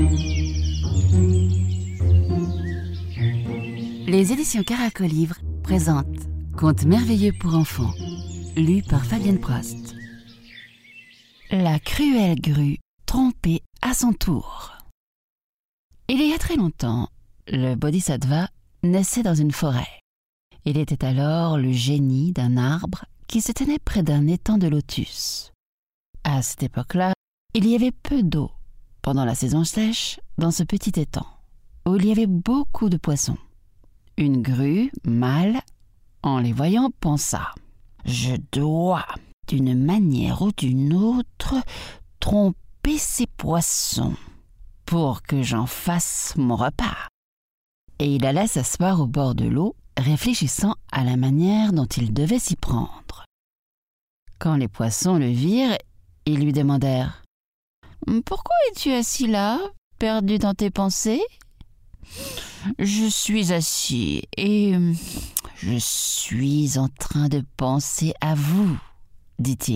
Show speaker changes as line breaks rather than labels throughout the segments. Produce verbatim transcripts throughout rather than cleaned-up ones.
Les éditions Caracolivre présentent Contes merveilleux pour enfants, lu par Fabienne Prost. La cruelle grue trompée à son tour. Il y a très longtemps, le Bodhisattva naissait dans une forêt. Il était alors le génie d'un arbre qui se tenait près d'un étang de lotus. À cette époque-là, il y avait peu d'eau pendant la saison sèche dans ce petit étang, où il y avait beaucoup de poissons. Une grue mâle, en les voyant, pensa « Je dois, d'une manière ou d'une autre, tromper ces poissons pour que j'en fasse mon repas. » Et il alla s'asseoir au bord de l'eau, réfléchissant à la manière dont il devait s'y prendre. Quand les poissons le virent, ils lui demandèrent « Pourquoi es-tu assis là, perdu dans tes pensées ?»« Je suis assis et je suis en train de penser à vous, dit-il. »«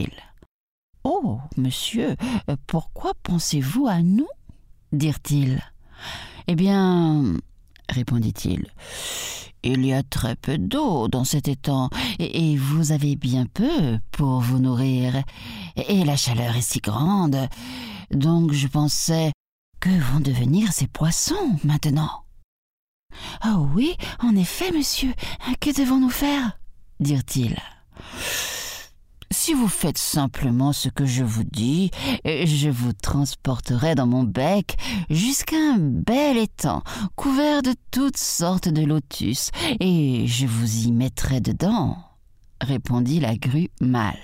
Oh, monsieur, pourquoi pensez-vous à nous ?» dirent-ils. « Eh bien, répondit-il, il y a très peu d'eau dans cet étang et, et vous avez bien peu pour vous nourrir. Et la chaleur est si grande, donc je pensais, que vont devenir ces poissons maintenant ?»« Oh oui, en effet, monsieur, que devons-nous faire ?» dirent-ils. « Si vous faites simplement ce que je vous dis, je vous transporterai dans mon bec jusqu'à un bel étang couvert de toutes sortes de lotus, et je vous y mettrai dedans, » répondit la grue mâle.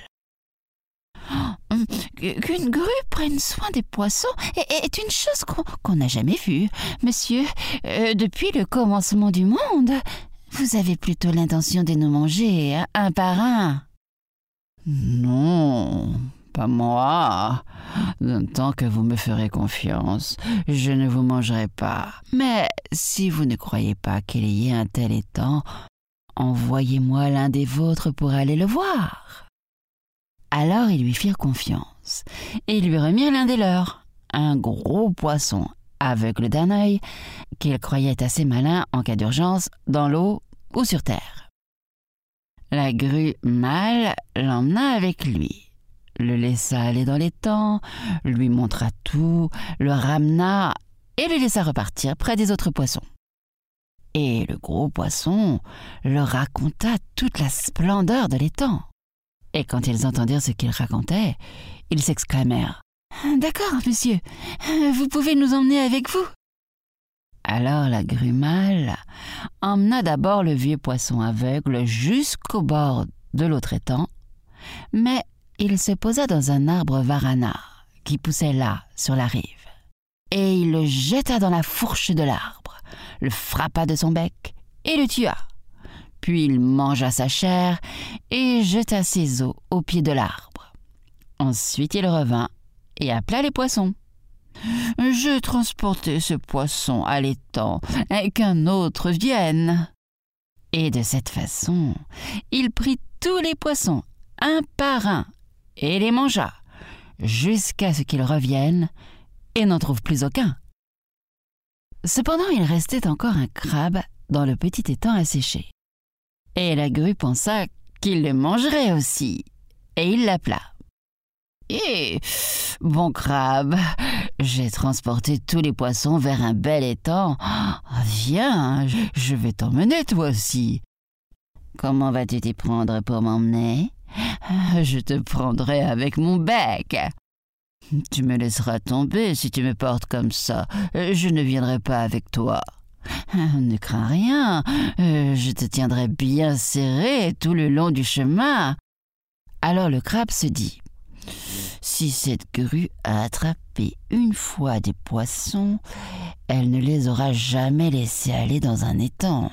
« Qu'une grue prenne soin des poissons est une chose qu'on n'a jamais vue, monsieur. Euh, depuis le commencement du monde, vous avez plutôt l'intention de nous manger un par un. » « Non, pas moi. Tant que vous me ferez confiance, je ne vous mangerai pas. Mais si vous ne croyez pas qu'il y ait un tel étang, envoyez-moi l'un des vôtres pour aller le voir. » Alors ils lui firent confiance et lui remirent l'un des leurs, un gros poisson aveugle d'un œil qu'il croyait assez malin en cas d'urgence dans l'eau ou sur terre. La grue mâle l'emmena avec lui, le laissa aller dans l'étang, lui montra tout, le ramena et le laissa repartir près des autres poissons. Et le gros poisson leur raconta toute la splendeur de l'étang. Et quand ils entendirent ce qu'il racontait, ils s'exclamèrent « D'accord, monsieur, vous pouvez nous emmener avec vous ?» Alors la grue mâle emmena d'abord le vieux poisson aveugle jusqu'au bord de l'autre étang, mais il se posa dans un arbre varana qui poussait là, sur la rive. Et il le jeta dans la fourche de l'arbre, le frappa de son bec et le tua. Puis il mangea sa chair et jeta ses os au pied de l'arbre. Ensuite il revint et appela les poissons. « Je transportais ce poisson à l'étang, qu'un autre vienne. » Et de cette façon, il prit tous les poissons, un par un, et les mangea, jusqu'à ce qu'ils reviennent et n'en trouvent plus aucun. Cependant, il restait encore un crabe dans le petit étang asséché. Et la grue pensa qu'il le mangerait aussi, et il l'appela. « Eh, bon crabe, j'ai transporté tous les poissons vers un bel étang. Viens, je vais t'emmener toi aussi. »« Comment vas-tu t'y prendre pour m'emmener ? » ?»« Je te prendrai avec mon bec. »« Tu me laisseras tomber si tu me portes comme ça. Je ne viendrai pas avec toi. »« Ne crains rien, je te tiendrai bien serré tout le long du chemin. » Alors le crabe se dit « Si cette grue a attrapé une fois des poissons, elle ne les aura jamais laissés aller dans un étang.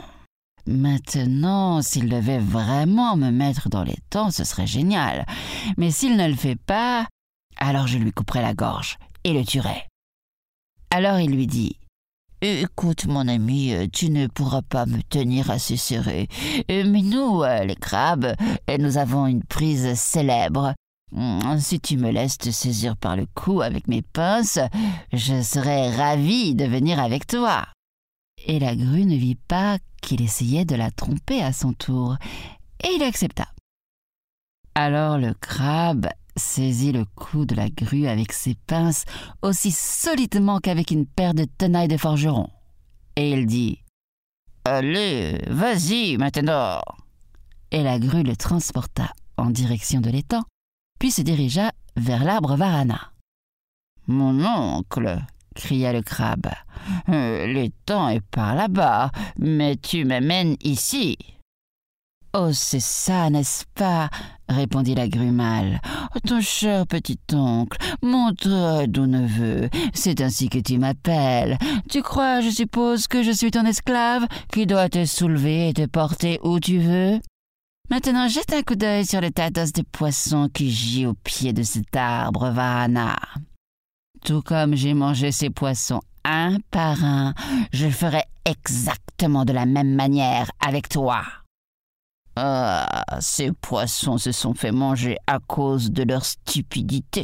Maintenant, s'il devait vraiment me mettre dans l'étang, ce serait génial. Mais s'il ne le fait pas, alors je lui couperai la gorge et le tuerai. » Alors il lui dit « Écoute mon ami, tu ne pourras pas me tenir assez serré. Mais nous, les crabes, nous avons une prise célèbre. « Si tu me laisses te saisir par le cou avec mes pinces, je serais ravie de venir avec toi. » Et la grue ne vit pas qu'il essayait de la tromper à son tour, et il accepta. Alors le crabe saisit le cou de la grue avec ses pinces aussi solidement qu'avec une paire de tenailles de forgeron. Et il dit « Allez, vas-y maintenant !» Et la grue le transporta en direction de l'étang, puis se dirigea vers l'arbre Varana. « Mon oncle !» cria le crabe. Euh, « L'étang est par là-bas, mais tu m'amènes ici. » « Oh, c'est ça, n'est-ce pas ?» répondit la grue mâle. « Ton cher petit oncle, mon très doux neveu, c'est ainsi que tu m'appelles. Tu crois, je suppose, que je suis ton esclave, qui doit te soulever et te porter où tu veux ? Maintenant, jette un coup d'œil sur le tas d'os de poisson qui gît au pied de cet arbre Varana. Tout comme j'ai mangé ces poissons un par un, je ferai exactement de la même manière avec toi. » « Ah, ces poissons se sont fait manger à cause de leur stupidité, »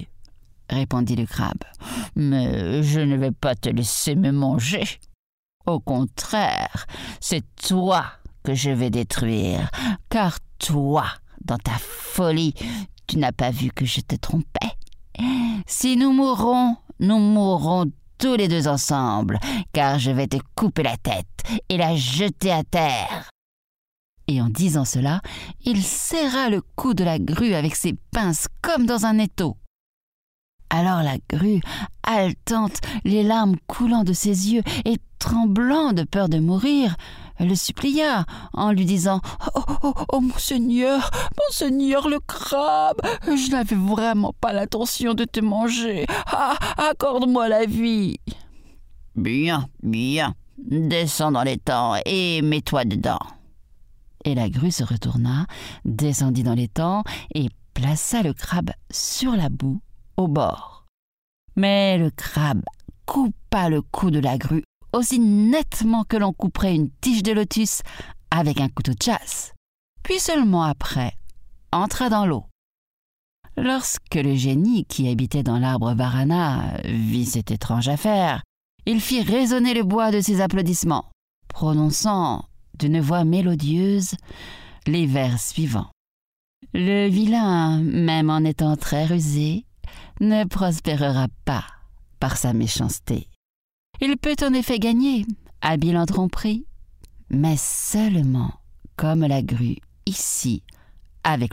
répondit le crabe. « Mais je ne vais pas te laisser me manger. Au contraire, c'est toi que je vais détruire, car toi, dans ta folie, tu n'as pas vu que je te trompais. Si nous mourrons, nous mourrons tous les deux ensemble, car je vais te couper la tête et la jeter à terre. » Et en disant cela, il serra le cou de la grue avec ses pinces comme dans un étau. Alors la grue, haletante, les larmes coulant de ses yeux et tremblant de peur de mourir, le supplia en lui disant « Oh, oh, oh, monseigneur, monseigneur le crabe, je n'avais vraiment pas l'intention de te manger. Ah, accorde-moi la vie. »« Bien, bien, descends dans l'étang et mets-toi dedans. » Et la grue se retourna, descendit dans l'étang et plaça le crabe sur la boue au bord. Mais le crabe coupa le cou de la grue aussi nettement que l'on couperait une tige de lotus avec un couteau de chasse. Puis seulement après, entra dans l'eau. Lorsque le génie qui habitait dans l'arbre Varana vit cette étrange affaire, il fit résonner le bois de ses applaudissements, prononçant d'une voix mélodieuse les vers suivants. « Le vilain, même en étant très rusé, ne prospérera pas par sa méchanceté. Il peut en effet gagner, habile en tromperie, mais seulement comme la grue ici avec le crabe. »